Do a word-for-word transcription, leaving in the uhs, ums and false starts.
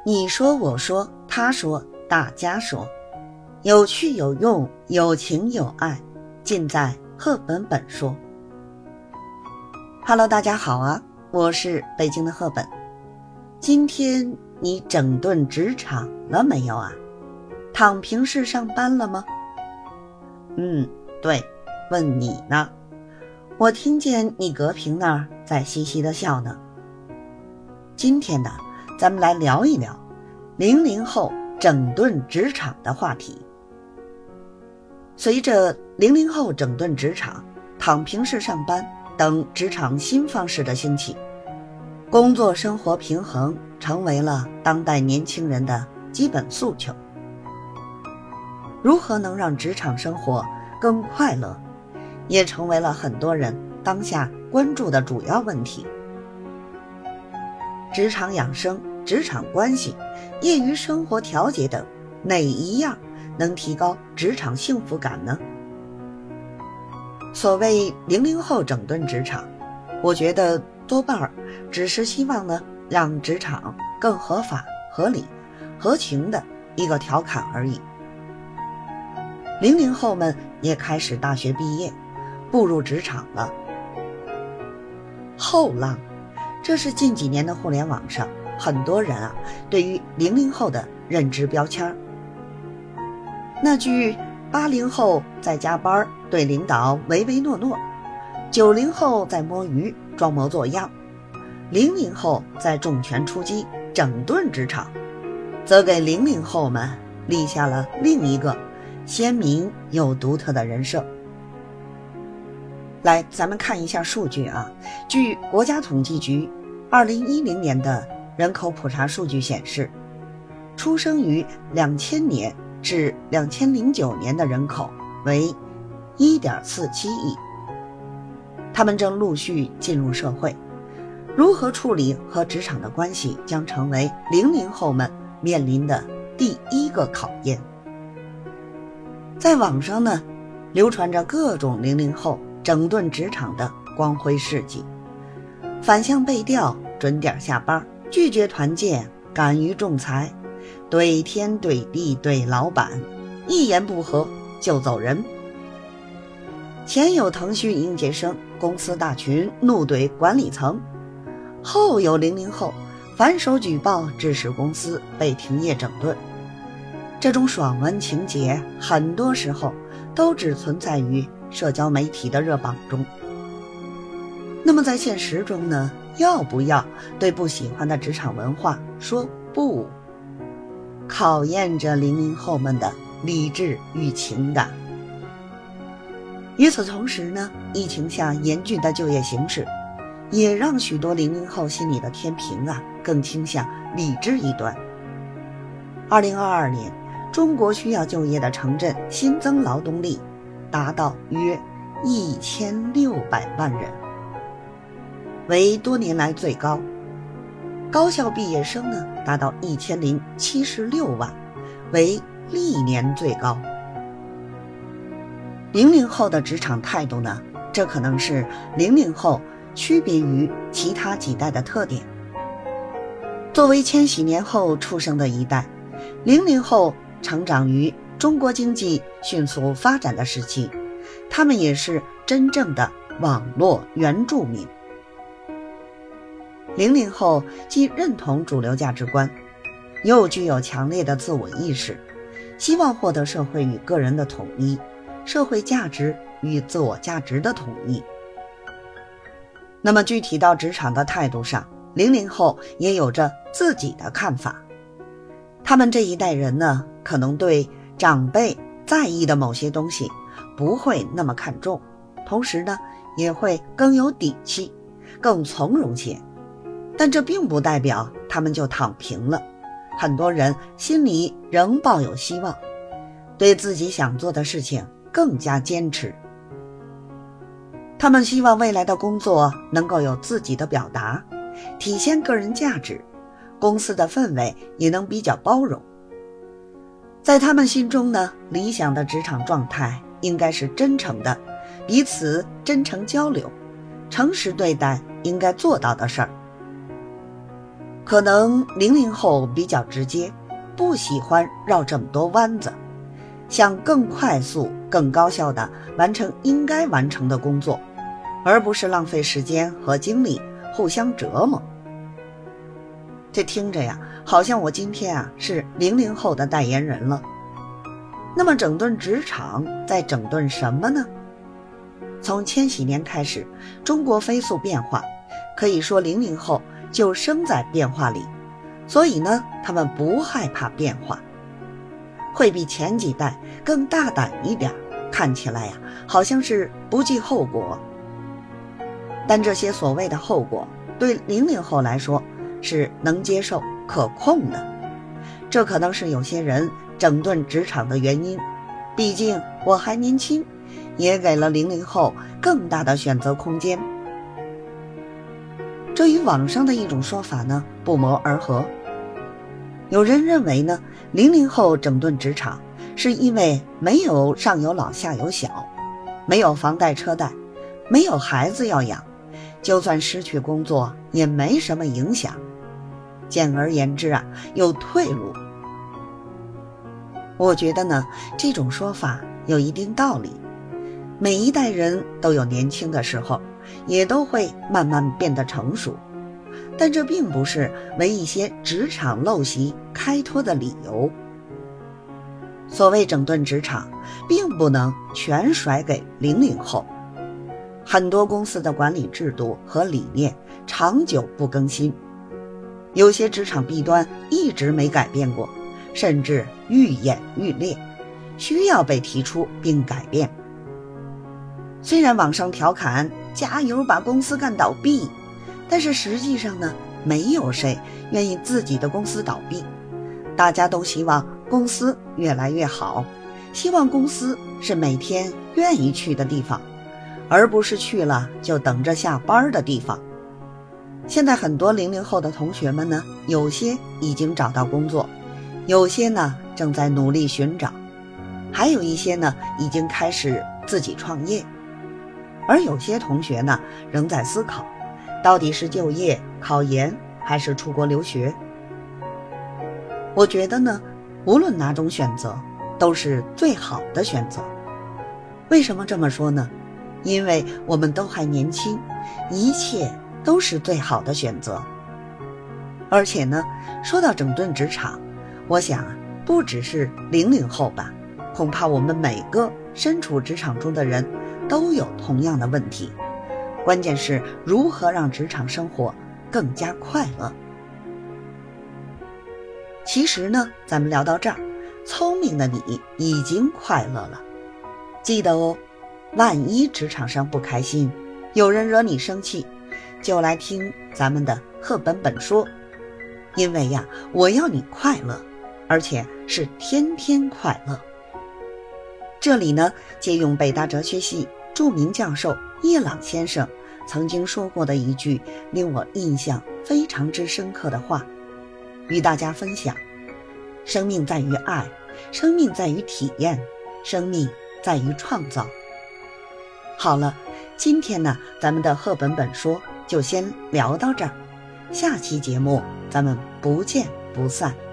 你说我说他说大家说，有趣有用，有情有爱，尽在赫本本说。 Hello， 大家好啊，我是北京的赫本。今天你整顿职场了没有啊？躺平式上班了吗？嗯，对，问你呢。我听见你隔屏那儿在嘻嘻的笑呢。今天呢，咱们来聊一聊零零后整顿职场的话题。随着零零后整顿职场、躺平式上班等职场新方式的兴起，工作生活平衡成为了当代年轻人的基本诉求。如何能让职场生活更快乐，也成为了很多人当下关注的主要问题。职场养生、职场关系、业余生活调节等，哪一样能提高职场幸福感呢？所谓零零后整顿职场，我觉得多半只是希望呢，让职场更合法、合理、合情的一个调侃而已。零零后们也开始大学毕业，步入职场了。后浪，这是近几年的互联网上很多人啊对于零零后的认知标签。那句八零后在加班对领导唯唯诺诺，九零后在摸鱼装模作样，零零后在重拳出击整顿职场，则给零零后们立下了另一个鲜明又独特的人设。来，咱们看一下数据啊。据国家统计局二零一零年的人口普查数据显示，出生于两千年至两千零九年的人口为 一点四七亿，他们正陆续进入社会，如何处理和职场的关系将成为零零后们面临的第一个考验。在网上呢，流传着各种零零后整顿职场的光辉事迹，反向背调，准点下班，拒绝团建，敢于仲裁，怼天怼地怼老板，一言不合就走人。前有腾讯应届生公司大群怒怼管理层，后有零零后反手举报致使公司被停业整顿。这种爽文情节很多时候都只存在于社交媒体的热榜中。那么在现实中呢，要不要对不喜欢的职场文化说不？考验着零零后们的理智与情感。与此同时呢，疫情下严峻的就业形势也让许多零零后心里的天平啊更倾向理智一端。二零二二年，中国需要就业的城镇新增劳动力达到约一千六百万人，为多年来最高。高校毕业生呢达到一千零七十六万，为历年最高。零零后的职场态度呢，这可能是零零后区别于其他几代的特点。作为千禧年后出生的一代，零零后成长于中国经济迅速发展的时期，他们也是真正的网络原住民。零零后既认同主流价值观，又具有强烈的自我意识，希望获得社会与个人的统一，社会价值与自我价值的统一。那么具体到职场的态度上，零零后也有着自己的看法。他们这一代人呢，可能对长辈在意的某些东西不会那么看重，同时呢，也会更有底气，更从容些。但这并不代表他们就躺平了，很多人心里仍抱有希望，对自己想做的事情更加坚持。他们希望未来的工作能够有自己的表达，体现个人价值，公司的氛围也能比较包容。在他们心中呢，理想的职场状态应该是真诚的，彼此真诚交流，诚实对待应该做到的事儿。 可能零零后比较直接，不喜欢绕这么多弯子，想更快速、更高效地完成应该完成的工作，而不是浪费时间和精力互相折磨。这听着呀，好像我今天啊是零零后的代言人了。那么整顿职场在整顿什么呢？从千禧年开始，中国飞速变化，可以说零零后就生在变化里，所以呢，他们不害怕变化，会比前几代更大胆一点，看起来呀，好像是不计后果。但这些所谓的后果，对零零后来说是能接受、可控的。这可能是有些人整顿职场的原因，毕竟我还年轻，也给了零零后更大的选择空间。这与网上的一种说法呢不谋而合。有人认为呢，零零后整顿职场是因为没有上有老下有小，没有房贷车贷，没有孩子要养，就算失去工作也没什么影响。简而言之啊，有退路。我觉得呢，这种说法有一定道理。每一代人都有年轻的时候，也都会慢慢变得成熟，但这并不是为一些职场陋习开脱的理由。所谓整顿职场，并不能全甩给零零后。很多公司的管理制度和理念长久不更新，有些职场弊端一直没改变过，甚至愈演愈烈，需要被提出并改变。虽然网上调侃加油把公司干倒闭，但是实际上呢，没有谁愿意自己的公司倒闭，大家都希望公司越来越好，希望公司是每天愿意去的地方，而不是去了就等着下班的地方。现在很多零零后的同学们呢，有些已经找到工作，有些呢正在努力寻找，还有一些呢已经开始自己创业，而有些同学呢仍在思考，到底是就业、考研还是出国留学。我觉得呢，无论哪种选择都是最好的选择。为什么这么说呢？因为我们都还年轻，一切都是最好的选择。而且呢，说到整顿职场，我想啊，不只是零零后吧，恐怕我们每个身处职场中的人都有同样的问题。关键是如何让职场生活更加快乐。其实呢，咱们聊到这儿，聪明的你已经快乐了。记得哦，万一职场上不开心，有人惹你生气，就来听咱们的赫本本说。因为呀，我要你快乐，而且是天天快乐。这里呢，借用北大哲学系著名教授叶朗先生曾经说过的一句令我印象非常之深刻的话，与大家分享：生命在于爱，生命在于体验，生命在于创造。好了，今天呢，咱们的赫本本说就先聊到这儿，下期节目咱们不见不散。